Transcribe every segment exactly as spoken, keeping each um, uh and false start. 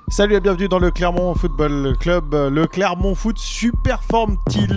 Salut et bienvenue dans le Clermont Football Club. Le Clermont Foot surperforme-t-il ?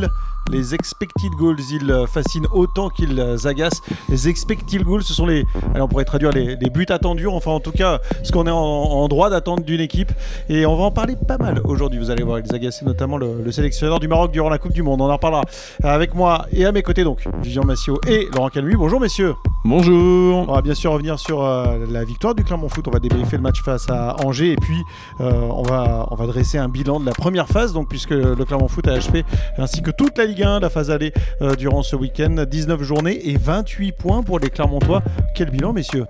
Les expected goals, ils fascinent autant qu'ils agacent. Les expected goals, ce sont les, allez, on pourrait traduire les, les buts attendus, enfin en tout cas ce qu'on est en, en droit d'attendre d'une équipe. Et on va en parler pas mal aujourd'hui, vous allez voir, ils agacent notamment le, le sélectionneur du Maroc durant la Coupe du Monde. On en reparlera avec moi et à mes côtés donc Vivian Massiot et Laurent Calmy. Bonjour messieurs. Bonjour. On va bien sûr revenir sur euh, la victoire du Clermont Foot. On va débriefer le match face à Angers et puis euh, on, va, on va dresser un bilan de la première phase, donc puisque le Clermont Foot a achevé ainsi que toute la Ligue un, la phase aller euh, durant ce week-end. dix-neuf journées et vingt-huit points pour les Clermontois. Quel bilan messieurs.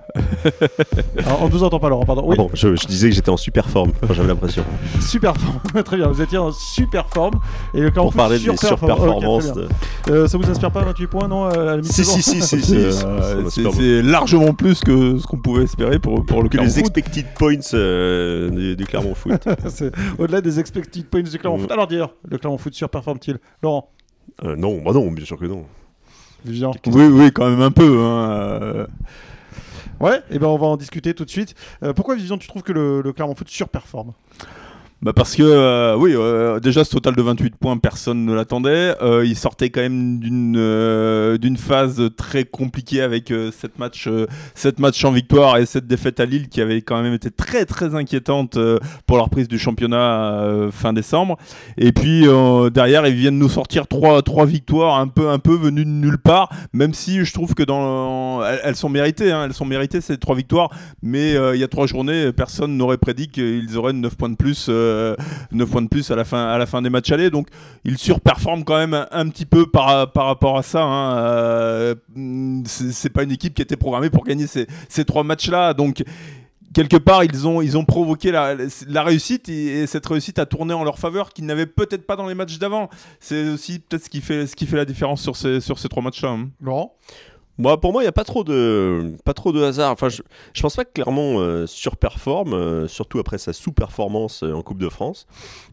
Alors, on ne vous entend pas Laurent, pardon. Oui. Ah bon, je, je disais que j'étais en super forme, enfin, j'avais l'impression. Super forme, très bien, vous étiez en super forme. Et le Clermont Pour parler des surperformances. Okay, de... euh, ça vous inspire pas vingt-huit points, non, à la Si, si, si, si, si. Euh, c'est, c'est largement plus que ce qu'on pouvait espérer pour, pour le que Clermont les Foot. expected points euh, du, du Clermont Foot. C'est au-delà des expected points du Clermont Foot. Alors d'ailleurs, le Clermont Foot surperforme-t-il Laurent? euh, Non, bah non, bien sûr que non. Vivian. Oui, oui, quand même un peu. Hein. Euh... Ouais, et ben on va en discuter tout de suite. Euh, pourquoi Vivian, tu trouves que le, le Clermont Foot surperforme? Bah parce que, euh, oui, euh, déjà ce total de vingt-huit points, personne ne l'attendait. Euh, il sortait quand même d'une, euh, d'une phase très compliquée avec euh, sept matchs, euh, sept matchs en victoire et sept défaites à Lille qui avait quand même été très très inquiétante euh, pour la reprise du championnat euh, fin décembre. Et puis euh, derrière, ils viennent nous sortir trois, trois victoires un peu, un peu venues de nulle part, même si je trouve que dans, elles, elles sont méritées, hein, elles sont méritées ces trois victoires, mais euh, il y a trois journées, personne n'aurait prédit qu'ils auraient neuf points de plus. Euh, neuf points de plus à la fin, à la fin des matchs allés, donc ils surperforment quand même un, un petit peu par, par rapport à ça. Hein. Euh, c'est, c'est pas une équipe qui était programmée pour gagner ces, ces trois matchs-là, donc quelque part ils ont, ils ont provoqué la, la réussite et, et cette réussite a tourné en leur faveur qu'ils n'avaient peut-être pas dans les matchs d'avant. C'est aussi peut-être ce qui fait, ce qui fait la différence sur ces, sur ces trois matchs-là. Hein. Laurent? Moi, pour moi, il n'y a pas trop de, pas trop de hasard. Enfin, je ne pense pas que Clermont euh, surperforme, euh, surtout après sa sous-performance euh, en Coupe de France.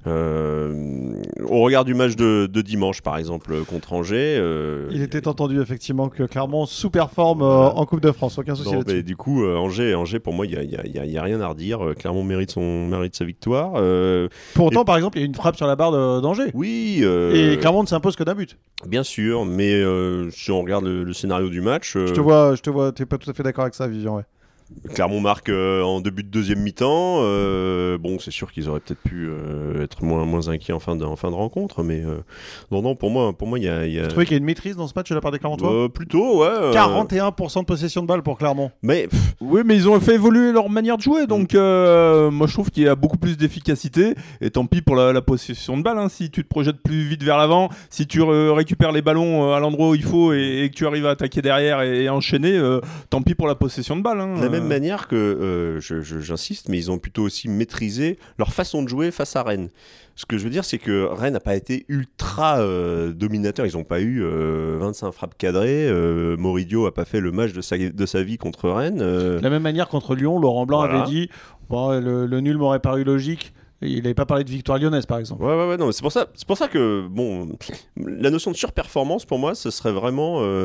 Euh, au regard du match de, de dimanche, par exemple, contre Angers. Euh, il était entendu effectivement que Clermont sous-performe euh, voilà. en Coupe de France, aucun souci non, là-dessus. Bah, du coup, euh, Angers, Angers, pour moi, il n'y a, y a, y a, y a rien à redire. Clermont mérite, son, mérite sa victoire. Euh, Pour autant, et... par exemple, il y a une frappe sur la barre de, d'Angers. Oui. Euh... Et Clermont ne s'impose que d'un but. Bien sûr, mais euh, si on regarde le, le scénario du match... Euh... Je te vois, je te vois, t'es pas tout à fait d'accord avec ça, Vivian, ouais. Clermont marque euh, en début de deuxième mi-temps. Euh, bon, c'est sûr qu'ils auraient peut-être pu euh, être moins, moins inquiets en fin de, en fin de rencontre, mais euh, non, non, pour moi, pour moi, il y a. Y a... Tu trouvais qu'il y a une maîtrise dans ce match de la part des Clermontois? euh, Plutôt, ouais. Euh... quarante et un pour cent de possession de balle pour Clermont. Mais pff... oui, mais ils ont fait évoluer leur manière de jouer, donc euh, moi je trouve qu'il y a beaucoup plus d'efficacité. Et tant pis pour la, la possession de balle. Hein, si tu te projettes plus vite vers l'avant, si tu re- récupères les ballons à l'endroit où il faut et, et que tu arrives à attaquer derrière et, et enchaîner, euh, tant pis pour la possession de balle. Hein, de la même manière que Euh, je, je, j'insiste, mais ils ont plutôt aussi maîtrisé leur façon de jouer face à Rennes. Ce que je veux dire, c'est que Rennes n'a pas été ultra euh, dominateur. Ils n'ont pas eu euh, vingt-cinq frappes cadrées. Euh, Moridio n'a pas fait le match de sa, de sa vie contre Rennes. Euh... De la même manière, contre Lyon, Laurent Blanc voilà. avait dit bon, le, le nul m'aurait paru logique. Il n'avait pas parlé de victoire lyonnaise, par exemple. Ouais, ouais, ouais. Non, mais c'est pour ça, c'est pour ça que bon, la notion de surperformance, pour moi, ce serait vraiment euh,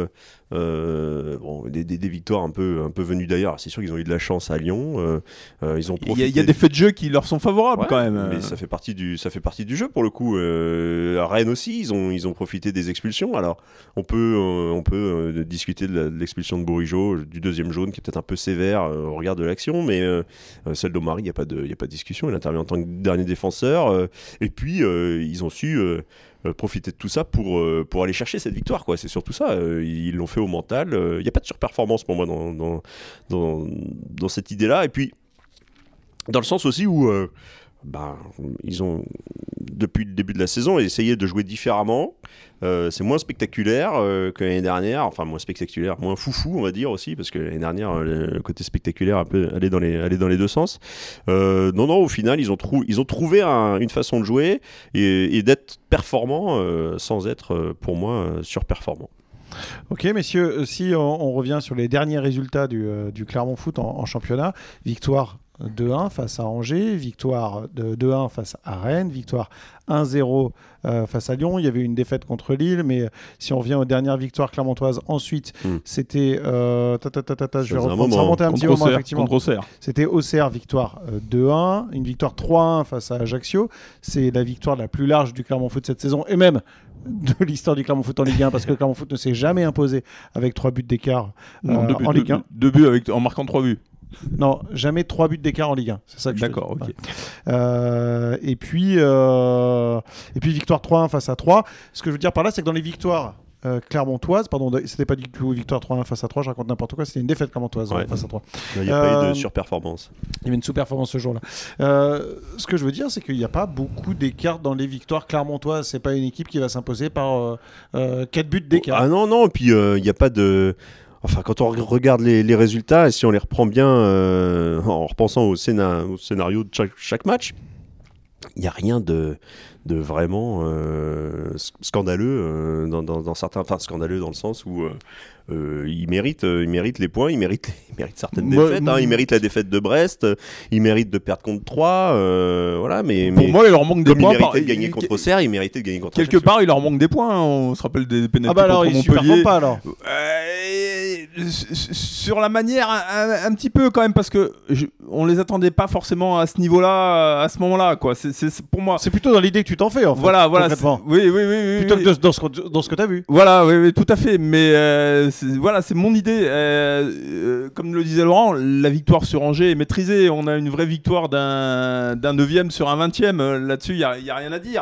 euh, bon, des, des, des victoires un peu, un peu venues d'ailleurs. Alors, c'est sûr qu'ils ont eu de la chance à Lyon. Euh, euh, ils ont profité. Il y, y a des faits de jeu qui leur sont favorables ouais, quand même. Mais ça fait partie du, ça fait partie du jeu pour le coup. Euh, à Rennes aussi, ils ont, ils ont profité des expulsions. Alors, on peut, euh, on peut euh, discuter de, la, de l'expulsion de Bourigeaud, du deuxième jaune, qui est peut-être un peu sévère euh, au regard de l'action, mais euh, celle d'Omari, il n'y a pas de, il y a pas de discussion. Il intervient en tant que dernier défenseur. Euh, et puis, euh, ils ont su euh, euh, profiter de tout ça pour, euh, pour aller chercher cette victoire, quoi. C'est surtout ça. Euh, ils l'ont fait au mental. Il euh, n'y a pas de surperformance pour moi dans, dans, dans, dans cette idée-là. Et puis, dans le sens aussi où euh, bah, ils ont, depuis le début de la saison, essayé de jouer différemment. Euh, c'est moins spectaculaire euh, que l'année dernière, enfin moins spectaculaire, moins foufou on va dire aussi, parce que l'année dernière euh, le côté spectaculaire un peu allait dans les, allait dans les deux sens. Euh, non non, au final ils ont, trou- ils ont trouvé un, une façon de jouer et, et d'être performants euh, sans être euh, pour moi euh, surperformants. Ok messieurs, si on, on revient sur les derniers résultats du, euh, du Clermont Foot en, en championnat, victoire deux un face à Angers, victoire de deux un face à Rennes, victoire un zéro euh, face à Lyon. Il y avait une défaite contre Lille, mais si on revient aux dernières victoires clermontoises, ensuite, mm. c'était... Euh, ta, ta, ta, ta, ta, je vais reprendre, ça remontait un petit moment, effectivement. Contre Auxerre. C'était Auxerre, victoire euh, deux un, une victoire trois un face à Ajaccio. C'est la victoire la plus large du Clermont Foot cette saison, et même de l'histoire du Clermont Foot en Ligue un, parce que le Clermont Foot ne s'est jamais imposé avec trois buts d'écart euh, non, deux buts, en Ligue un. Deux, deux buts avec, en marquant trois buts. Non, jamais trois buts d'écart en Ligue un. C'est ça que D'accord, je ok. ouais. Euh, et, puis, euh, et puis, victoire trois un face à trois. Ce que je veux dire par là, c'est que dans les victoires euh, clermontoises, pardon, c'était pas du tout victoire trois un face à trois, je raconte n'importe quoi, c'était une défaite clermontoise ouais. face à trois. Il n'y a euh, pas eu de surperformance. Il y avait une sous-performance ce jour-là. Euh, ce que je veux dire, c'est qu'il n'y a pas beaucoup d'écart dans les victoires clermontoises. C'est pas une équipe qui va s'imposer par euh, euh, quatre buts d'écart. Ah non, non, et puis il euh, n'y a pas de... Enfin, quand on regarde les, les résultats, et si on les reprend bien euh, en repensant au, scénar- au scénario de chaque, chaque match, il n'y a rien de, de vraiment euh, scandaleux euh, dans, dans, dans certains... Enfin, scandaleux dans le sens où... Euh, Euh, il mérite, euh, il mérite les points, il mérite, il mérite certaines moi, défaites, hein, il mérite la défaite de Brest, euh, il mérite de perdre contre Troyes, euh, voilà. Mais pour mais, moi, il leur manque des comme points. Il méritait par... de gagner contre Auxerre, il méritait de gagner contre quelque part, il leur manque des points. Hein. On se rappelle des pénalités ah bah alors, contre il Montpellier. Pas alors. Euh, sur la manière, un, un petit peu quand même, parce que je, on les attendait pas forcément à ce niveau-là, à ce moment-là, quoi. C'est, c'est, c'est pour moi. C'est plutôt dans l'idée que tu t'en fais, en fait. Voilà, voilà. Oui, oui, oui, oui. Plutôt oui. que de, dans ce, dans ce que t'as vu. Voilà, oui, oui, tout à fait. Mais euh, c'est, voilà, c'est mon idée. Euh, euh, comme le disait Laurent, la victoire sur Angers est maîtrisée. On a une vraie victoire d'un, d'un neuvième sur un vingtième. Là-dessus, il n'y a, a rien à dire.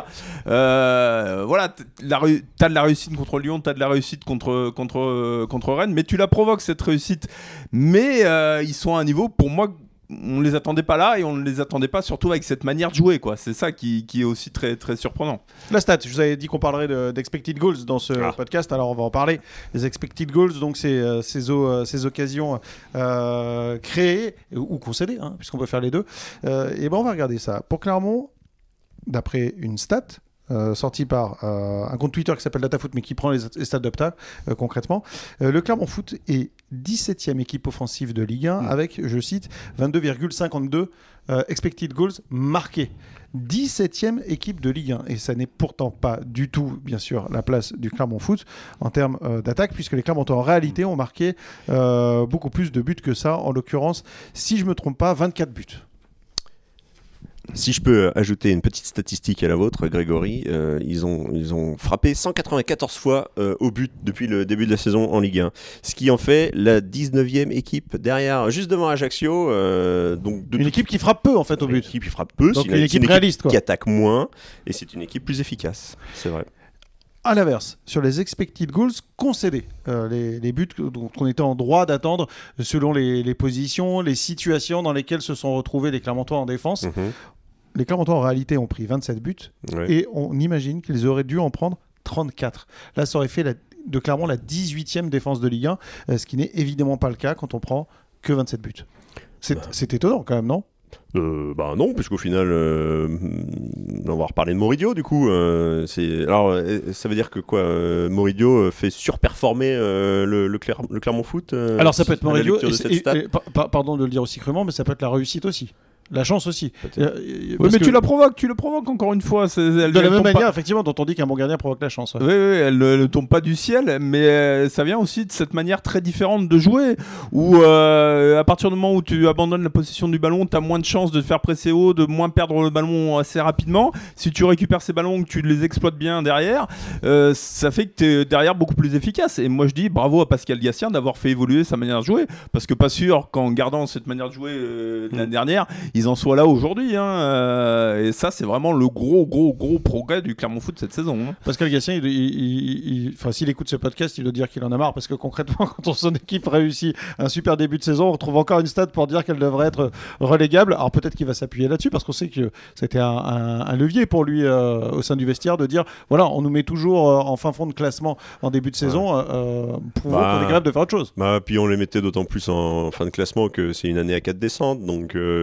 Euh, voilà, t'as de la réussite contre Lyon, t'as de la réussite contre, contre, contre Rennes, mais tu la provoques, cette réussite. Mais euh, ils sont à un niveau, pour moi, on ne les attendait pas là, et on ne les attendait pas surtout avec cette manière de jouer, quoi. C'est ça qui, qui est aussi très, très surprenant. La stat, je vous avais dit qu'on parlerait de, d'expected goals dans ce ah. podcast, alors on va en parler. Les expected goals, donc c'est euh, ces, o- ces occasions euh, créées ou concédées, hein, puisqu'on peut faire les deux. Euh, et ben on va regarder ça. Pour Clermont, d'après une stat Euh, sorti par euh, un compte Twitter qui s'appelle DataFoot, mais qui prend les, les stats d'Opta euh, concrètement. Euh, le Clermont Foot est dix-septième équipe offensive de Ligue un mmh. avec, je cite, vingt-deux virgule cinquante-deux euh, expected goals marqués. dix-septième équipe de Ligue un, et ça n'est pourtant pas du tout, bien sûr, la place du Clermont Foot en termes euh, d'attaque, puisque les Clermontois en réalité ont marqué euh, beaucoup plus de buts que ça, en l'occurrence, si je ne me trompe pas, vingt-quatre buts. Si je peux ajouter une petite statistique à la vôtre, Grégory, euh, ils, ont, ils ont frappé cent quatre-vingt-quatorze fois euh, au but depuis le début de la saison en Ligue un. Ce qui en fait la dix-neuvième équipe derrière, juste devant Ajaccio. Euh, donc de une équipe qui frappe peu en fait au but. Une équipe qui frappe peu, donc c'est une, une équipe équipe réaliste, quoi. Qui attaque moins, et c'est une équipe plus efficace, c'est vrai. À l'inverse, sur les expected goals concédés, euh, les, les buts dont on était en droit d'attendre selon les, les positions, les situations dans lesquelles se sont retrouvés les Clermontois en défense. Mmh. Les Clermontois en réalité ont pris vingt-sept buts ouais. et on imagine qu'ils auraient dû en prendre trente-quatre. Là, ça aurait fait la, de Clermont la dix-huitième défense de Ligue un, euh, ce qui n'est évidemment pas le cas quand on prend que vingt-sept buts. C'est, bah. c'est étonnant quand même, non ? Euh, bah non, puisqu'au final, euh, on va reparler de Moridio du coup. Euh, c'est... Alors, euh, ça veut dire que quoi euh, Moridio fait surperformer euh, le, le, Cler... le Clermont Foot euh, Alors ça peut être Moridio, et, et, et, et, pa- pardon de le dire aussi crûment, mais ça peut être la réussite aussi. La chance aussi. Euh, oui, mais que... tu la provoques, tu le provoques encore une fois. C'est, elle, de la même manière, pas... effectivement, dont on dit qu'un bon gardien provoque la chance. Ouais. Oui, oui, elle ne tombe pas du ciel, mais euh, ça vient aussi de cette manière très différente de jouer, où euh, à partir du moment où tu abandonnes la possession du ballon, tu as moins de chances de te faire presser haut, de moins perdre le ballon assez rapidement. Si tu récupères ces ballons, que tu les exploites bien derrière, euh, ça fait que tu es derrière beaucoup plus efficace. Et moi, je dis bravo à Pascal Gassien d'avoir fait évoluer sa manière de jouer, parce que pas sûr qu'en gardant cette manière de jouer euh, de l'année dernière, ils en soient là aujourd'hui. Hein, euh, et ça, c'est vraiment le gros, gros, gros progrès du Clermont Foot cette saison. Hein. Pascal Gassien, il, il, il, il, s'il écoute ce podcast, il doit dire qu'il en a marre, parce que concrètement, quand son équipe réussit un super début de saison, on retrouve encore une stat pour dire qu'elle devrait être relégable. Alors peut-être qu'il va s'appuyer là-dessus, parce qu'on sait que c'était un, un, un levier pour lui euh, au sein du vestiaire de dire, voilà, on nous met toujours euh, en fin fond de classement en début de saison, ouais. euh, pour bah, qu'on est capable de faire autre chose. Bah, puis on les mettait d'autant plus en fin de classement que c'est une année à quatre descentes, donc... Euh...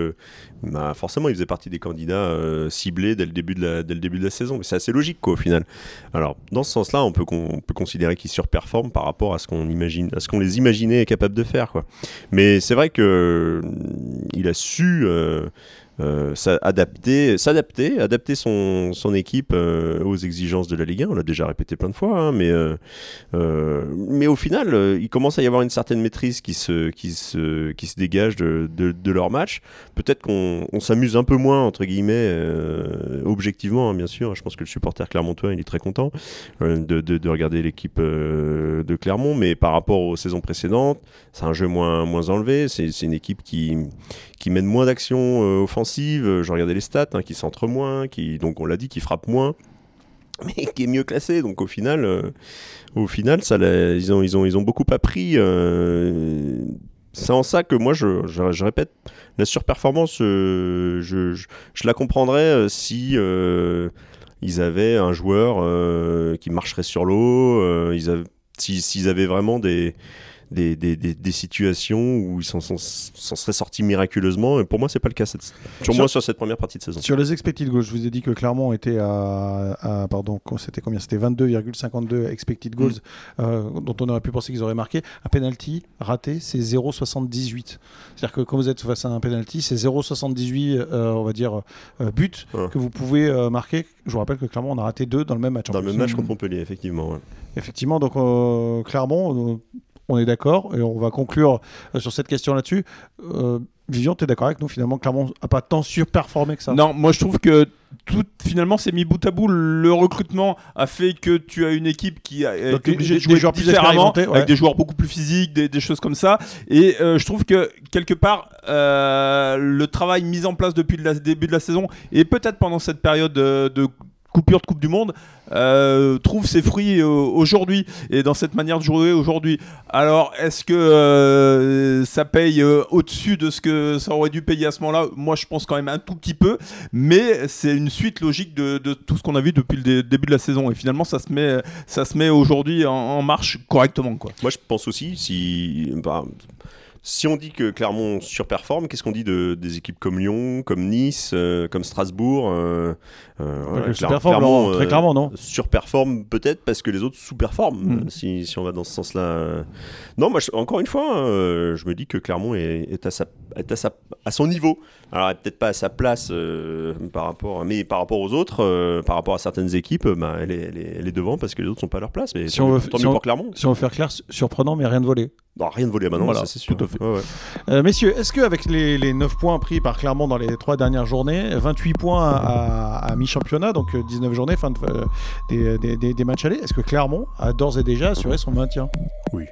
bah, forcément, il faisait partie des candidats euh, ciblés dès le début de la, dès le début de la saison. Mais c'est assez logique, quoi, au final. Alors, dans ce sens-là, on peut, on peut considérer qu'ils surperforment par rapport à ce qu'on imagine, à ce qu'on les imaginait capables de faire, quoi. Mais c'est vrai que euh, il a su. Euh, Euh, s'adapter, s'adapter, adapter son, son équipe euh, aux exigences de la Ligue un. On l'a déjà répété plein de fois, hein, mais, euh, euh, mais au final, euh, il commence à y avoir une certaine maîtrise qui se, qui se, qui se dégage de, de, de leur match. Peut-être qu'on on s'amuse un peu moins, entre guillemets, euh, objectivement, hein, bien sûr. Je pense que le supporter clermontois, il est très content euh, de, de, de regarder l'équipe euh, de Clermont, mais par rapport aux saisons précédentes, c'est un jeu moins, moins enlevé. C'est, c'est une équipe qui, qui mène moins d'actions euh, offensives. Je regardais les stats, hein, qui centre moins, qui, donc on l'a dit, qui frappe moins, mais qui est mieux classé. Donc au final, euh, au final ça ils, ont, ils, ont, ils ont beaucoup appris. Euh, c'est en ça que moi, je, je, je répète, la surperformance, euh, je, je, je la comprendrais euh, si euh, ils avaient un joueur euh, qui marcherait sur l'eau, euh, ils avaient, si, s'ils avaient vraiment des... Des, des, des, des situations où ils s'en, s'en, s'en seraient sortis miraculeusement. Et pour moi, c'est pas le cas. Cette, sur, sur moi, sur cette première partie de saison. Sur les expected goals, je vous ai dit que Clermont était à, à pardon, c'était combien ? C'était vingt-deux virgule cinquante-deux expected goals, mmh. euh, dont on aurait pu penser qu'ils auraient marqué. Un penalty raté, c'est zéro virgule soixante-dix-huit. C'est-à-dire que quand vous êtes face à un penalty, c'est zéro virgule soixante-dix-huit, euh, on va dire, euh, buts ah. que vous pouvez euh, marquer. Je vous rappelle que Clermont, on a raté deux dans le même match. Dans le même match contre Montpellier, effectivement. Ouais. Effectivement, donc euh, Clermont. Euh, On est d'accord et on va conclure euh, sur cette question là-dessus. Euh, Vivian, tu es d'accord avec nous finalement que Clermont n'a pas tant surperformé que ça ? Non, moi je trouve que tout finalement c'est mis bout à bout. Le recrutement a fait que tu as une équipe qui a été obligée de jouer différemment, ouais. avec des joueurs beaucoup plus physiques, des, des choses comme ça. Et euh, je trouve que quelque part euh, le travail mis en place depuis le début de la saison et peut-être pendant cette période de, de coupure de Coupe du Monde euh, trouve ses fruits euh, aujourd'hui et dans cette manière de jouer aujourd'hui. Alors est-ce que euh, ça paye euh, au-dessus de ce que ça aurait dû payer à ce moment-là ? Moi je pense quand même un tout petit peu, mais c'est une suite logique de, de tout ce qu'on a vu depuis le dé- début de la saison et finalement ça se met, ça se met aujourd'hui en, en marche correctement, quoi. Moi je pense aussi si... Bah, si on dit que Clermont surperforme, qu'est-ce qu'on dit de, des équipes comme Lyon, comme Nice, euh, comme Strasbourg euh, euh, voilà, Cler- Clermont, non, euh, très clairement, non surperforme peut-être parce que les autres sous-performent, mmh. si, si on va dans ce sens-là. Non, moi, je, encore une fois, hein, je me dis que Clermont est, est, à, sa, est à, sa, à son niveau. Alors, elle n'est peut-être pas à sa place, euh, par rapport, mais par rapport aux autres, euh, par rapport à certaines équipes, bah, elle, est, elle, est, elle est devant parce que les autres ne sont pas à leur place. Mais si tant on mieux, veut, tant si mieux on, pour Clermont. Si on veut faire clair, surprenant, mais rien de volé. Non, rien de volé, bah non, voilà, ça c'est sûr. Tout à fait. Ouais, ouais. Euh, messieurs, est-ce qu'avec les, les neuf points pris par Clermont dans les trois dernières journées, vingt-huit points à, à mi-championnat, donc dix-neuf journées, fin de, euh, des, des, des, des matchs allés, est-ce que Clermont a d'ores et déjà assuré son maintien ? Oui.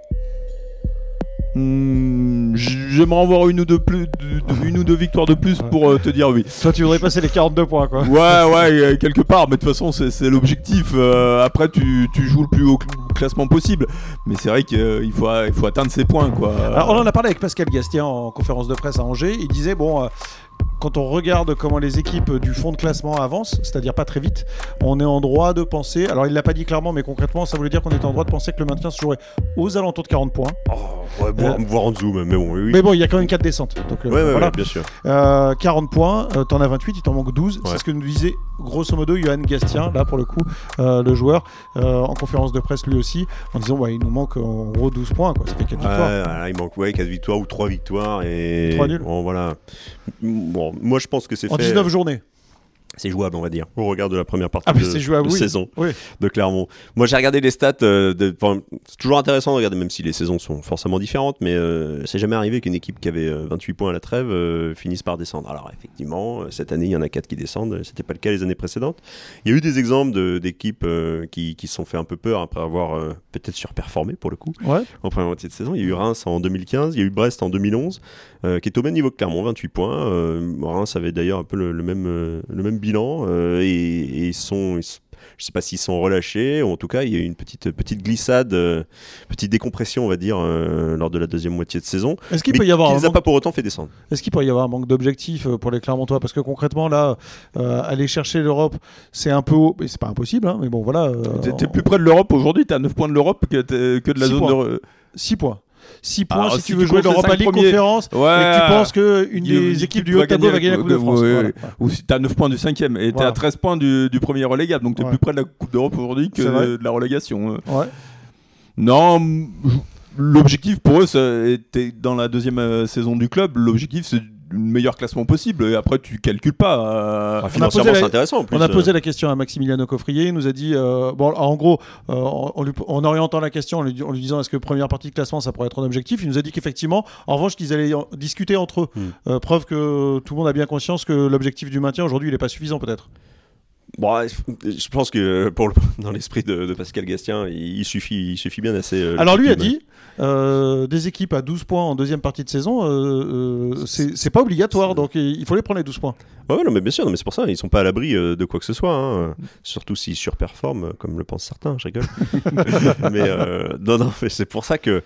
Mmh, j'aimerais en voir une ou deux, plus, une ou deux victoires de plus pour euh, te dire oui. Toi, tu voudrais passer les quarante-deux points, quoi. Ouais, ouais, quelque part, mais de toute façon, c'est, c'est l'objectif. Euh, après, tu, tu joues le plus haut classement possible, mais c'est vrai qu'il euh, faut, il faut atteindre ces points, quoi. Alors, on en a parlé avec Pascal Gastien en conférence de presse à Angers. Il disait, bon... Euh, quand on regarde comment les équipes du fond de classement avancent, c'est-à-dire pas très vite, on est en droit de penser, alors il l'a pas dit clairement, mais concrètement, ça voulait dire qu'on était en droit de penser que le maintien se jouerait aux alentours de quarante points. Oh, ouais, voire, euh, voire en dessous, mais bon, oui, oui. Mais bon, il y a quand même quatre descentes. Donc, ouais, euh, ouais, voilà. ouais, bien sûr. Euh, quarante points, euh, t'en as vingt-huit, il t'en manque douze. Ouais. C'est ce que nous disait grosso modo Johan Gastien, là pour le coup, euh, le joueur, euh, en conférence de presse lui aussi, en disant ouais, il nous manque en gros douze points, quoi. Ça fait quatre victoires. Ouais, voilà, il manque ouais, quatre victoires ou trois victoires et. trois nuls. Bon, voilà. Bon, moi je pense que c'est en fait. dix-neuf journées. C'est jouable, on va dire, au regard de la première partie ah, de, c'est jouable, de oui. saison oui. de Clermont. Moi, j'ai regardé les stats. Euh, de, c'est toujours intéressant de regarder, même si les saisons sont forcément différentes, mais euh, c'est jamais arrivé qu'une équipe qui avait euh, vingt-huit points à la trêve euh, finisse par descendre. Alors, effectivement, cette année, il y en a quatre qui descendent. C'était pas le cas les années précédentes. Il y a eu des exemples de, d'équipes euh, qui, qui se sont fait un peu peur après avoir euh, peut-être surperformé, pour le coup, ouais. en première moitié de saison. Il y a eu Reims en deux mille quinze, il y a eu Brest en deux mille onze, euh, qui est au même niveau que Clermont, vingt-huit points. Euh, Reims avait d'ailleurs un peu le, le, même, euh, le même bilan. Euh, et, et ils sont, ils, je ne sais pas s'ils sont relâchés, ou en tout cas il y a eu une petite, petite glissade, euh, petite décompression on va dire euh, lors de la deuxième moitié de saison. Est-ce qu'il mais peut y avoir qui un les a manque... pas pour autant fait descendre. Est-ce qu'il pourrait y avoir un manque d'objectifs pour les Clermontois ? Parce que concrètement là, euh, aller chercher l'Europe, c'est un peu haut, mais c'est pas impossible, hein, mais bon voilà. Euh, t'es, t'es plus près de l'Europe aujourd'hui, t'es à neuf points de l'Europe que, que de la zone points. de. six points. six points Alors, si, si tu veux tu jouer comptes les l'Europa cinq League premiers- conférence Ouais. et que tu penses qu'une des équipes du haut tableau va gagner la Coupe de France. Ouais, Voilà. ouais. Ou si t'as neuf points du cinquième et t'es Voilà. à treize points du, du premier relégable, donc t'es Ouais. plus près de la Coupe d'Europe aujourd'hui que C'est vrai. de la relégation. Ouais. Non, m- l'objectif pour eux, ça était dans la deuxième euh, saison du club, l'objectif c'est le meilleur classement possible et après tu calcules pas. euh, Ah, financièrement, posé la- c'est intéressant en plus. On a posé euh. la question à Maximiliano Coffrier, il nous a dit, euh, bon, en gros, euh, en, lui- en orientant la question, en lui, en lui disant est-ce que première partie de classement ça pourrait être un objectif, il nous a dit qu'effectivement, en revanche, qu'ils allaient en discuter entre eux. Mm. Euh, preuve que tout le monde a bien conscience que l'objectif du maintien aujourd'hui il n'est pas suffisant peut-être. Bon, je pense que pour le- dans l'esprit de, de Pascal Gastien, il, il suffit, il suffit bien assez. euh, Alors lui a l'objectif, dit, euh, des équipes à douze points en deuxième partie de saison, euh, euh, c'est c'est pas obligatoire, c'est- donc il faut les prendre les douze points. Ouais, ouais, non, mais bien sûr, non, mais c'est pour ça, ils sont pas à l'abri euh, de quoi que ce soit, hein, euh, surtout s'ils surperforment, euh, comme le pensent certains, je rigole. mais euh, non, non, mais c'est pour ça que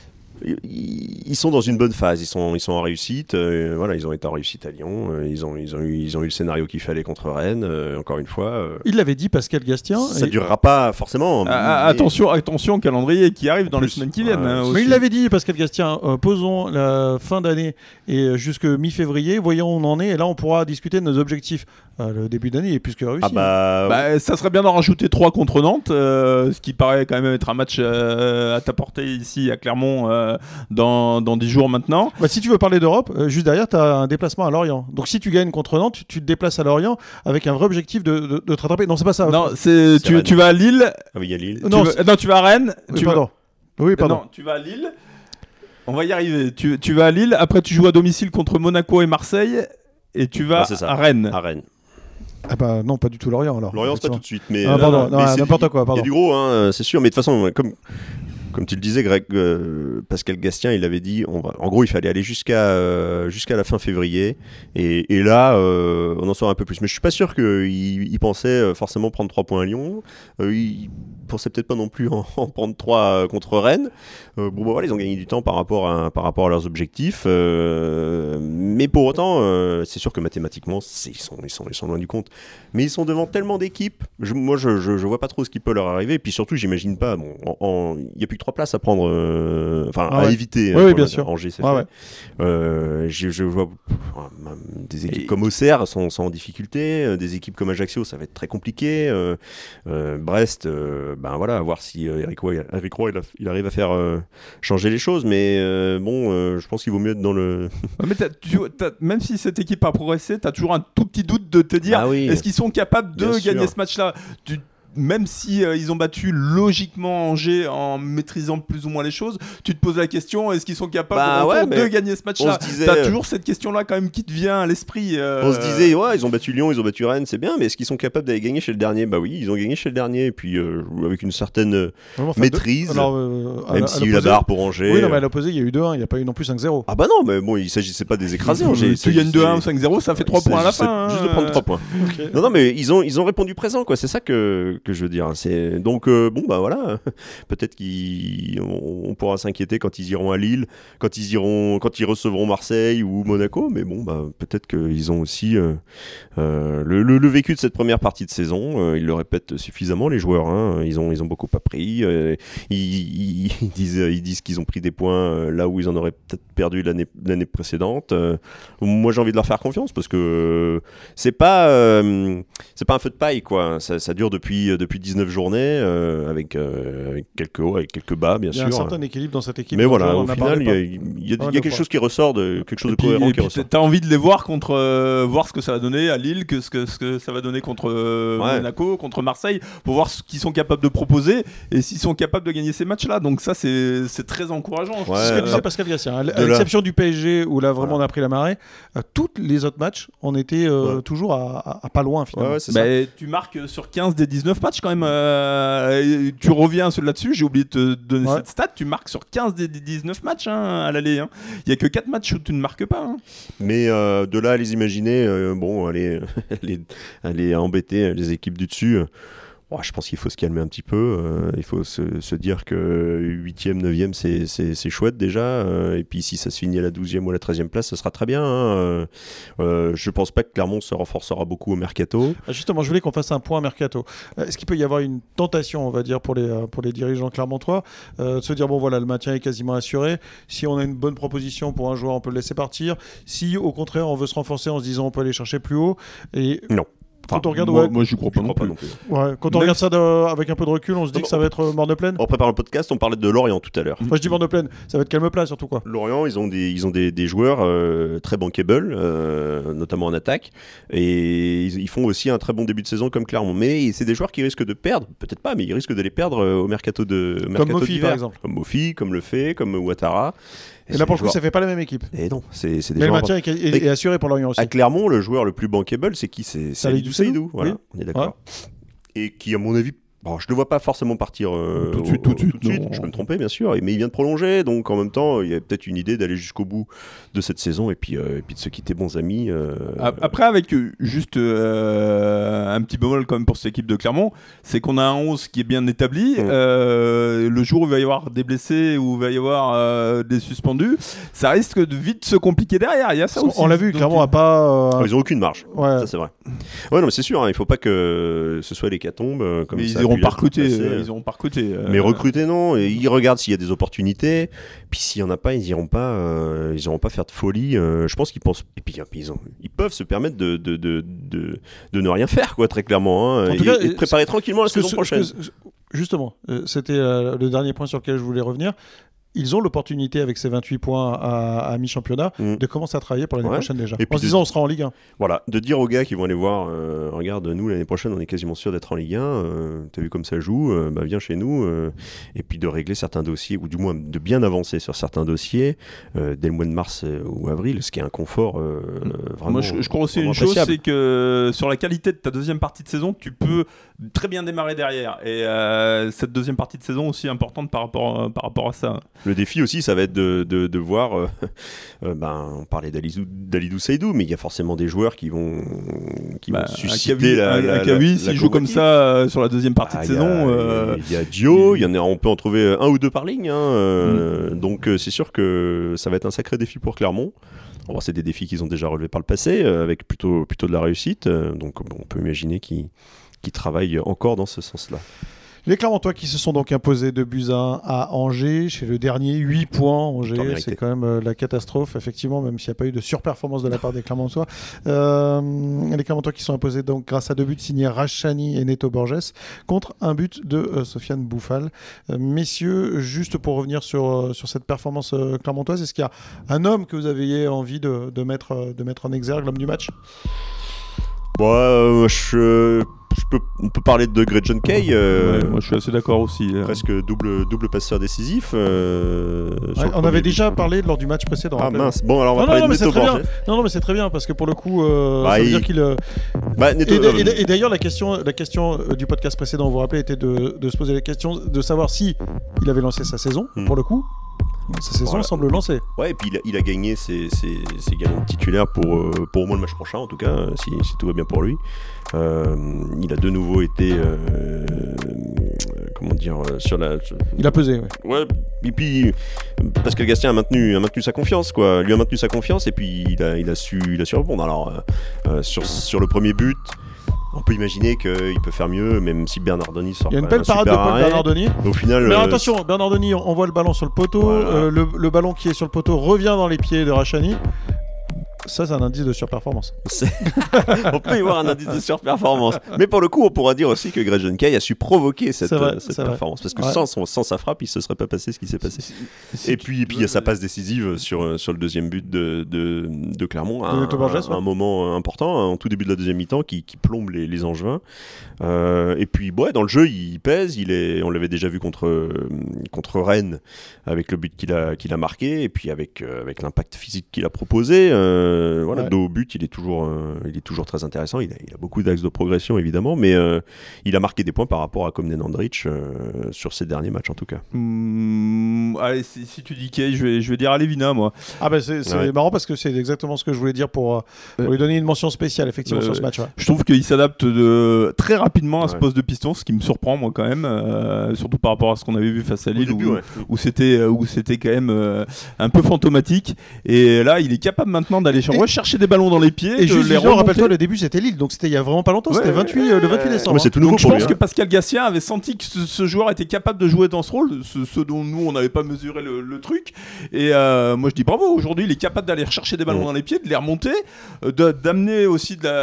ils ils sont dans une bonne phase, ils sont, ils sont en réussite, euh, voilà, ils ont été en réussite à Lyon, euh, ils, ont, ils, ont eu, ils ont eu le scénario qu'il fallait contre Rennes, euh, encore une fois. euh, Il l'avait dit Pascal Gastien. ça et- durera pas forcément. ah, ah, mais- attention, attention, calendrier qui arrive dans les plus, semaines qui viennent. ouais, hein, c'est- aussi. Mais il l'avait dit, Pascal Gastien, euh, posons la fin d'année et jusque mi-février, voyons où on en est, et là on pourra discuter de nos objectifs. Euh, le début d'année est plus que réussi. Ah bah, Bah, ça serait bien d'en rajouter trois contre Nantes, euh, ce qui paraît quand même être un match euh, à ta portée ici à Clermont euh, dans, dans dix jours maintenant. Bah, si tu veux parler d'Europe, euh, juste derrière, tu as un déplacement à Lorient. Donc si tu gagnes contre Nantes, tu, tu te déplaces à Lorient avec un vrai objectif de, de, de te rattraper. Non, c'est pas ça. Non, c'est, C'est tu, Rennes. tu vas à Lille. ah oui, il y a Lille. Non, tu vas, c'est- non, tu vas à Rennes. Oui, tu pardon. Oui, vas, pardon. non, tu vas à Lille. On va y arriver. Tu, tu vas à Lille. Après, tu joues à domicile contre Monaco et Marseille. Et tu vas Ah, c'est ça. à Rennes. À Rennes. Ah bah non, pas du tout Lorient alors. Lorient, c'est pas effectivement. tout de suite, mais. Ah, euh, pardon, non, mais c'est- n'importe quoi, Il y pardon. a du gros, hein, c'est sûr, mais de toute façon, comme. Comme tu le disais, Greg, euh, Pascal Gastien, il avait dit, on va, en gros, il fallait aller jusqu'à euh, jusqu'à la fin février, et, et là, euh, on en saura un peu plus. Mais je suis pas sûr qu'il il pensait euh, forcément prendre trois points à Lyon. Euh, il pensait peut-être pas non plus en, en prendre trois contre Rennes. Euh, bon, bah, voilà, ils ont gagné du temps par rapport à, par rapport à leurs objectifs, euh, mais pour autant, euh, c'est sûr que mathématiquement, c'est- ils sont, ils sont, ils sont loin du compte. Mais ils sont devant tellement d'équipes. Je, moi, je, je, je vois pas trop ce qui peut leur arriver. Et puis surtout, j'imagine pas. Bon, en- en- il y a plus que trois places à prendre, euh, enfin Ah à ouais. éviter. Oui, hein, oui, pour bien la- sûr. Angers, c'est Ouais, fait. ouais. Euh, je, je vois euh, des équipes Et- comme Auxerre sont, sont en difficulté. euh, Des équipes comme Ajaccio, ça va être très compliqué. euh, euh, Brest, euh, ben voilà, à voir si euh, Eric Roy, Eric Roy, il, a- il arrive à faire euh, changer les choses. Mais euh, bon, euh, je pense qu'il vaut mieux être dans le. Ouais, mais t'as- tu- t'as- même si cette équipe a progressé, tu as toujours un tout petit doute de te dire Ah oui. est-ce qu'ils sont capables de Bien gagner sûr. ce match-là. Tu- Même si euh, ils ont battu logiquement Angers en maîtrisant plus ou moins les choses, tu te poses la question est-ce qu'ils sont capables Bah au ouais, retour mais de gagner ce match-là. on se disait- T'as toujours cette question-là quand même qui te vient à l'esprit. euh, On se disait, ouais, ils ont battu Lyon, ils ont battu Rennes, c'est bien, mais est-ce qu'ils sont capables d'aller gagner chez le dernier? Bah oui, ils ont gagné chez le dernier, et puis euh, avec une certaine euh, Ouais, enfin, maîtrise, deux- alors, euh, à- même à s'il y a eu la l'opposé- barre pour Angers. Oui, non, mais à l'opposé, il y a eu deux un, il n'y a pas eu non plus cinq zéro. Ah bah non, mais bon, il s'agissait pas de les écraser, Angers. il tu gagnes s'agissait- deux un ou cinq zéro, ça fait trois il points à la s'agissait fin. Juste hein. de prendre trois points. Ok. Non, non, mais ils ont, ils ont répondu présent, quoi. C'est ça que, que je veux dire. C'est donc euh, bon, bah voilà. Peut-être qu'on on pourra s'inquiéter quand ils iront à Lille, quand ils iront, quand ils recevront Marseille ou Monaco. Mais bon, bah peut-être qu'ils ont aussi euh, euh, le, le, le vécu de cette première partie de saison. Euh, ils le répètent suffisamment, les joueurs. Hein. Ils ont, ils ont beaucoup appris. Euh, ils, ils, ils disent, ils disent qu'ils ont pris des points euh, là où ils en auraient peut-être perdu l'année, l'année précédente. Euh, moi, j'ai envie de leur faire confiance parce que euh, c'est pas, euh, c'est pas un feu de paille, quoi. Ça, ça dure depuis, depuis dix-neuf journées, euh, avec, euh, avec quelques hauts, avec quelques bas, bien Il y a sûr. un certain équilibre dans cette équipe. Mais donc, voilà, on au en a final, parlé il y a, pas. il y a- il y a Pas mal de quelque fois. chose qui ressort, de, quelque chose Et de puis, cohérent et qui puis ressort. t'as envie de les voir contre, euh, voir ce que ça va donner à Lille, que ce que, ce que ça va donner contre euh, Ouais. Monaco, contre Marseille, pour voir ce qu'ils sont capables de proposer et s'ils sont capables de gagner ces matchs-là. Donc ça, c'est, c'est très encourageant. Ouais. C'est ce que Euh, disait Pascal Gassien. À l- de à là. l'exception du P S G, où là vraiment Voilà. on a pris la marée, euh, tous les autres matchs, on était euh, Ouais. toujours à, à- à pas loin Ouais, finalement. ouais, c'est Bah, ça. tu marques sur quinze des dix-neuf matchs quand même. euh, et tu reviens sur- là-dessus, j'ai oublié de te donner Ouais. cette stat. Tu marques sur quinze des dix-neuf matchs hein, à l'aller. hein. Il y a que quatre matchs où tu ne marques pas. hein. Mais euh, de là à les imaginer, euh, bon, aller, aller, aller embêter les équipes du dessus. euh, Oh, je pense qu'il faut se calmer un petit peu. Euh, il faut se, se dire que huitième, neuvième, c'est, c'est, c'est chouette déjà. Euh, et puis si ça se finit à la douzième ou à la treizième place, ça sera très bien. Hein. Euh, je pense pas que Clermont se renforcera beaucoup au mercato. Ah, justement, je voulais qu'on fasse un point mercato. Est-ce qu'il peut y avoir une tentation, on va dire, pour les, pour les dirigeants clermontois, euh, de se dire, bon voilà, le maintien est quasiment assuré. Si on a une bonne proposition pour un joueur, on peut le laisser partir. Si au contraire, on veut se renforcer en se disant, on peut aller chercher plus haut. Et... Non. Quand Enfin, on regarde, moi, ouais, moi j'y crois, pas, je non crois pas plus. non plus. ouais, quand on Même regarde ça de, avec un peu de recul, on se dit Non, que ça va être mort de plaine. En préparant le podcast, on parlait de Lorient tout à l'heure. Moi je dis mort de plaine, ça va être calme plat surtout quoi. Lorient, ils ont des, ils ont des, des joueurs euh, très bankable, euh, notamment en attaque, et ils, ils font aussi un très bon début de saison comme Clermont. Mais c'est des joueurs qui risquent de perdre, peut-être pas, mais ils risquent de les perdre euh, au mercato de mercato Comme Mofi d'hiver. par exemple. Comme Mofi, comme Lefebvre, comme Ouattara. Et là pour le coup, joueurs... ça fait pas la même équipe. Et non, c'est, c'est des Mais le joueurs... maintien est, est, est assuré pour Lorient aussi. À Clermont, le joueur le plus bankable, c'est qui? C'est, c'est Salidou Alidou Saïdou. Saïdou, Voilà, oui. on est d'accord. Ouais. Et qui, à mon avis, bon, je ne le vois pas forcément partir euh, Tout de suite, au- tout de suite, tout de suite. non. Je peux me tromper, bien sûr, mais il vient de prolonger, donc en même temps, il y a peut-être une idée d'aller jusqu'au bout de cette saison et puis, euh, et puis de se quitter bons amis. euh, Après, avec euh, juste euh, un petit bémol quand même pour cette équipe de Clermont, c'est qu'on a un onze qui est bien établi. Mm. Euh, le jour où il va y avoir des blessés ou il va y avoir euh, des suspendus, ça risque de vite se compliquer derrière. Il y a ça Parce qu'on- aussi. on l'a vu, Donc, Clermont a pas. euh, oh, ils n'ont aucune marge. Ouais. Ça, c'est vrai. Ouais, non, mais c'est sûr, hein, il ne faut pas que ce soit l'hécatombe. euh, Comme mais ça ils a iront pu pas l'être recruter. passé, euh, euh. Ils iront pas recruter. euh, Mais recruter, non. Et ils regardent s'il y a des opportunités. Puis s'il n'y en a pas, ils n'iront pas, euh, ils iront pas faire de folie. Euh, je pense qu'ils pensent. Et puis ils, ont, ils peuvent se permettre de, de, de, de, de ne rien faire, quoi, très clairement. Hein, En tout et, cas, et de préparer tranquillement la Parce que saison ce- prochaine. ce que- justement, euh, c'était euh, le dernier point sur lequel je voulais revenir. Ils ont l'opportunité avec ces vingt-huit points à, à mi-championnat Mm. de commencer à travailler pour l'année Ouais. prochaine déjà. Et puis En se de- disant on sera en Ligue un. Voilà, de dire aux gars qui vont aller voir, euh, regarde, nous l'année prochaine, on est quasiment sûr d'être en Ligue un. Euh, T'as vu comme ça joue, euh, bah viens chez nous. Euh, et puis de régler certains dossiers, ou du moins de bien avancer sur certains dossiers euh, dès le mois de mars euh, ou avril, ce qui est un confort euh, vraiment. Moi, je, je crois aussi vraiment une chose, appréciable. c'est que sur la qualité de ta deuxième partie de saison, tu peux très bien démarrer derrière. Et euh, cette deuxième partie de saison aussi importante par rapport, par rapport à ça. Le défi aussi, ça va être de, de, de voir. Euh, euh, ben, on parlait d'Alidou, d'Alidou Saïdou, mais il y a forcément des joueurs qui vont, qui Bah, vont un susciter Kavi, la. un- la, un la- Kavi, la s'il joue comme convoitise. ça euh, sur la deuxième partie Ah, de il y a- saison. euh, Il y a Dio, il y en a, on peut en trouver un ou deux par ligne. Hein, euh, Mm. Donc euh, c'est sûr que ça va être un sacré défi pour Clermont. Bon, c'est des défis qu'ils ont déjà relevés par le passé, euh, avec plutôt, plutôt de la réussite. Euh, donc bon, on peut imaginer qu'ils, qu'ils travaillent encore dans ce sens-là. Les Clermontois qui se sont donc imposés de buts à un à Angers, chez le dernier, huit points. Angers, Victoire méritée. c'est quand même euh, la catastrophe, effectivement, même s'il n'y a pas eu de surperformance de la part des Clermontois. Euh, les Clermontois qui sont imposés donc grâce à deux buts signés Rachani et Neto Borges, contre un but de euh, Sofiane Bouffal. Euh, messieurs, juste pour revenir sur, euh, sur cette performance euh, clermontoise, est-ce qu'il y a un homme que vous aviez envie de, de, mettre, euh, de mettre en exergue, l'homme du match? Bon, euh, je, je peux, on peut parler de Gretchen Kay, euh, ouais, moi, je suis assez d'accord aussi. euh. presque double, double passeur décisif. euh, sur Ouais, le on premier avait but. déjà parlé lors du match précédent. Ah rappelez-vous. mince, bon alors on va Non, non, parler non, de mais c'est Neto très bien. Borges. Non, non, mais c'est très bien parce que pour le coup, euh, Bah, ça veut il- dire qu'il. euh, Bah, Neto, Et, euh, et- et d'ailleurs, la question, la question euh, du podcast précédent, vous vous rappelez, était de, de se poser la question de savoir si il avait lancé sa saison. Hmm. Pour le coup, sa saison Voilà. semble lancée. Ouais, et puis il a, il a gagné ses, ses, ses galons de titulaire pour, euh, pour au moins le match prochain, en tout cas, euh, si, si tout va bien pour lui. Euh, il a de nouveau été, euh, comment dire, euh, sur la... sur- Il a pesé. Ouais. Ouais, et puis Pascal Gastien a maintenu, a maintenu sa confiance, quoi. Lui a maintenu sa confiance et puis il a, il a, su, il a su répondre. Alors, euh, euh, sur, sur le premier but, on peut imaginer qu'il peut faire mieux, même si Bernardoni sort Il y a une quand même belle un parade de super Paul arrêt. Bernardoni. Au final, Mais alors, euh, attention, Bernardoni, on voit le ballon sur le poteau. Voilà. euh, le, le ballon qui est sur le poteau revient dans les pieds de Rachani. Ça, c'est un indice de surperformance. C'est- on peut y voir un indice de surperformance. Mais pour le coup, on pourra dire aussi que Gretchen Kay a su provoquer cette, C'est vrai, euh, cette c'est vrai. performance. Parce que Ouais. sans, son- sans sa frappe, il ne se serait pas passé ce qui s'est passé. Et puis, et puis il y a sa passe décisive sur, euh, sur le deuxième but de, de, de Clermont, à De un, Neto Borges, un- un ouais. moment important, en tout début de la deuxième mi-temps, qui, qui plombe les, les Angevins. Euh, et puis, ouais, dans le jeu, il pèse. Il est, on l'avait déjà vu contre, euh, contre Rennes, avec le but qu'il a, qu'il a marqué, et puis avec, euh, avec l'impact physique qu'il a proposé. Euh, Euh, voilà, Ouais. dos au but, il est toujours, euh, il est toujours très intéressant. Il a, il a beaucoup d'axes de progression évidemment, mais euh, il a marqué des points par rapport à Komnen Andrich euh, sur ses derniers matchs en tout cas. Mmh, allez, si, si tu dis Kay, je vais, je vais dire Alevina, moi. Ah bah c'est c'est Ouais. marrant parce que c'est exactement ce que je voulais dire pour, euh, pour lui donner une mention spéciale effectivement Euh, sur ce match. Ouais. Je trouve qu'il s'adapte de... très rapidement à ce Ouais. poste de piston, ce qui me surprend moi quand même, euh, surtout par rapport à ce qu'on avait vu face à Au Lille, début, où, ouais. où c'était euh, où c'était quand même euh, un peu fantomatique. Et là, il est capable maintenant d'aller ch- Et- ouais, chercher des ballons dans les pieds, Et de juste les Vivian, remonter. rappelle-toi, le début c'était Lille, donc c'était il y a vraiment pas longtemps, Ouais, c'était vingt-huit, euh, le vingt-huit ouais. décembre. Ouais, c'est tout nouveau Donc je pour pense lui. que hein. Pascal Gatien avait senti que ce, ce joueur était capable de jouer dans ce rôle, ce, ce dont nous on n'avait pas mesuré le, le truc. Et euh, moi je dis bravo, aujourd'hui il est capable d'aller rechercher des ballons Mmh. dans les pieds, de les remonter, euh, de- d'amener aussi de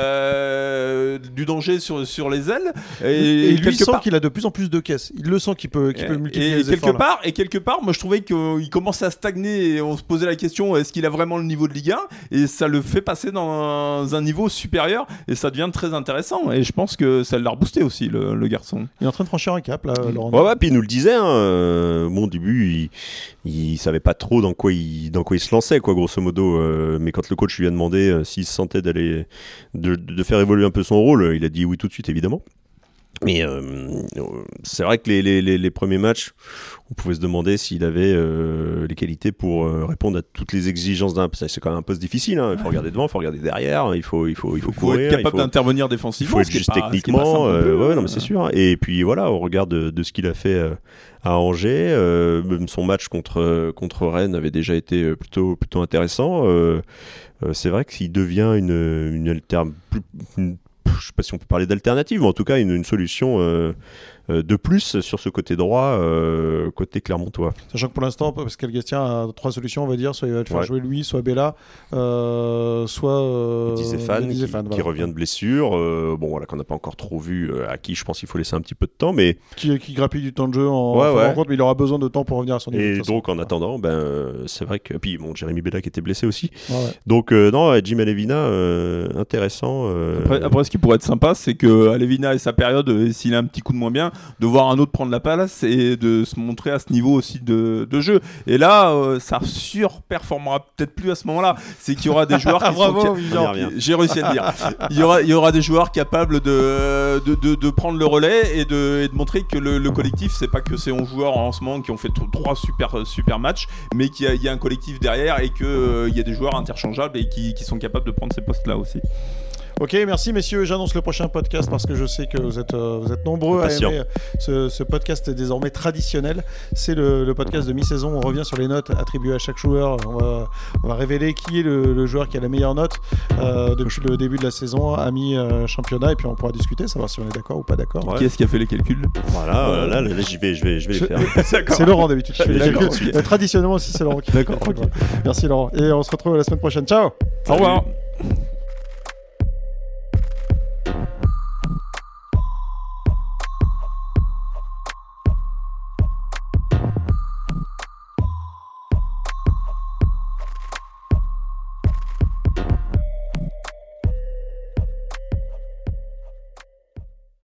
la- du danger sur, sur les ailes. Et, Et, lui il quelque sent part- qu'il a de plus en plus de caisses. Il le sent qu'il peut, qu'il peut multiplier et les quelque efforts. là. part, et quelque part, moi je trouvais qu'il commençait à stagner et on se posait la question est-ce qu'il a vraiment le niveau de Ligue un, et ça le fait passer dans un, un niveau supérieur et ça devient très intéressant. Et je pense que ça l'a reboosté aussi le, le garçon. Il est en train de franchir un cap là, Laurent. Ouais, ouais, puis il nous le disait. Hein, euh, bon, au début, il, il savait pas trop dans quoi il, dans quoi il se lançait, quoi, grosso modo. euh, mais quand le coach lui a demandé euh, s'il se sentait d'aller, de, de faire évoluer un peu son rôle, il a dit oui tout de suite, évidemment. Mais euh, c'est vrai que les, les, les, les premiers matchs, on pouvait se demander s'il avait euh, les qualités pour euh, répondre à toutes les exigences d'un. C'est quand même un poste difficile. Hein. Il faut regarder devant, il faut regarder derrière, il faut, il faut, il faut Il faut courir, être capable il faut, d'intervenir il défensivement. faut être ce qui est juste pas- ce qui est pas techniquement. simple non euh, plus, ouais, hein. non, mais c'est sûr. Et puis voilà, au regard de, de ce qu'il a fait euh, à Angers, euh, même son match contre contre Rennes avait déjà été euh, plutôt plutôt intéressant. Euh, euh, c'est vrai que s'il devient une une alter, plus- une- je sais pas si on peut parler d'alternative, mais en tout cas une, une solution euh, euh, de plus sur ce côté droit, euh, côté Clermontois. Sachant que pour l'instant, Pascal Gatien a trois solutions, on va dire. Soit il va le faire Ouais. jouer lui, soit Bella, euh, soit euh, Eddie Zéphane, Eddie qui, Zéphane, qui voilà. revient de blessure, euh, bon voilà qu'on n'a pas encore trop vu, euh, à qui je pense qu'il faut laisser un petit peu de temps, mais qui, qui grappille du temps de jeu en Ouais, fin de ouais. rencontre, mais il aura besoin de temps pour revenir à son niveau. de et toute façon. donc en attendant, ben euh, c'est vrai que puis bon Jérémy Bella qui était blessé aussi, Ouais, ouais. donc euh, non ouais, Jim Alevina euh, intéressant. euh, Après, après, ce qui pourrait être sympa, c'est que Alevina et sa période, euh, s'il a un petit coup de moins bien, de voir un autre prendre la place et de se montrer à ce niveau aussi de, de jeu. Et là, euh, ça surperformera peut-être plus à ce moment-là. C'est qu'il y aura des joueurs qui Bravo, sont... Vivian. On y revient. J'ai réussi à le dire. Il y aura, il y aura des joueurs capables de, de, de, de prendre le relais et de, et de montrer que le, le collectif, c'est pas que ces onze joueurs en ce moment qui ont fait t- trois super, super matchs, mais qu'il y a, il y a un collectif derrière et qu'il euh, y a des joueurs interchangeables et qui, qui sont capables de prendre ces postes-là aussi. Ok, merci messieurs. J'annonce le prochain podcast parce que je sais que vous êtes, euh, vous êtes nombreux à Patient. aimer ce, ce podcast est désormais traditionnel. C'est le, le podcast de mi-saison. On revient sur les notes attribuées à chaque joueur. On va, on va révéler qui est le, le joueur qui a la meilleure note euh, depuis le début de la saison à mi-championnat. Et puis on pourra discuter, savoir si on est d'accord ou pas d'accord. Ouais. Qui est-ce qui a fait les calculs? Voilà, voilà, là, là, j'y vais, je vais, je vais les Je- faire. C'est Laurent d'habitude. qui fait les D'accord, calculs. ok. Euh, Traditionnellement aussi, c'est Laurent qui fait. D'accord, ok. Merci Laurent. Et on se retrouve la semaine prochaine. Ciao. Au revoir. Salut.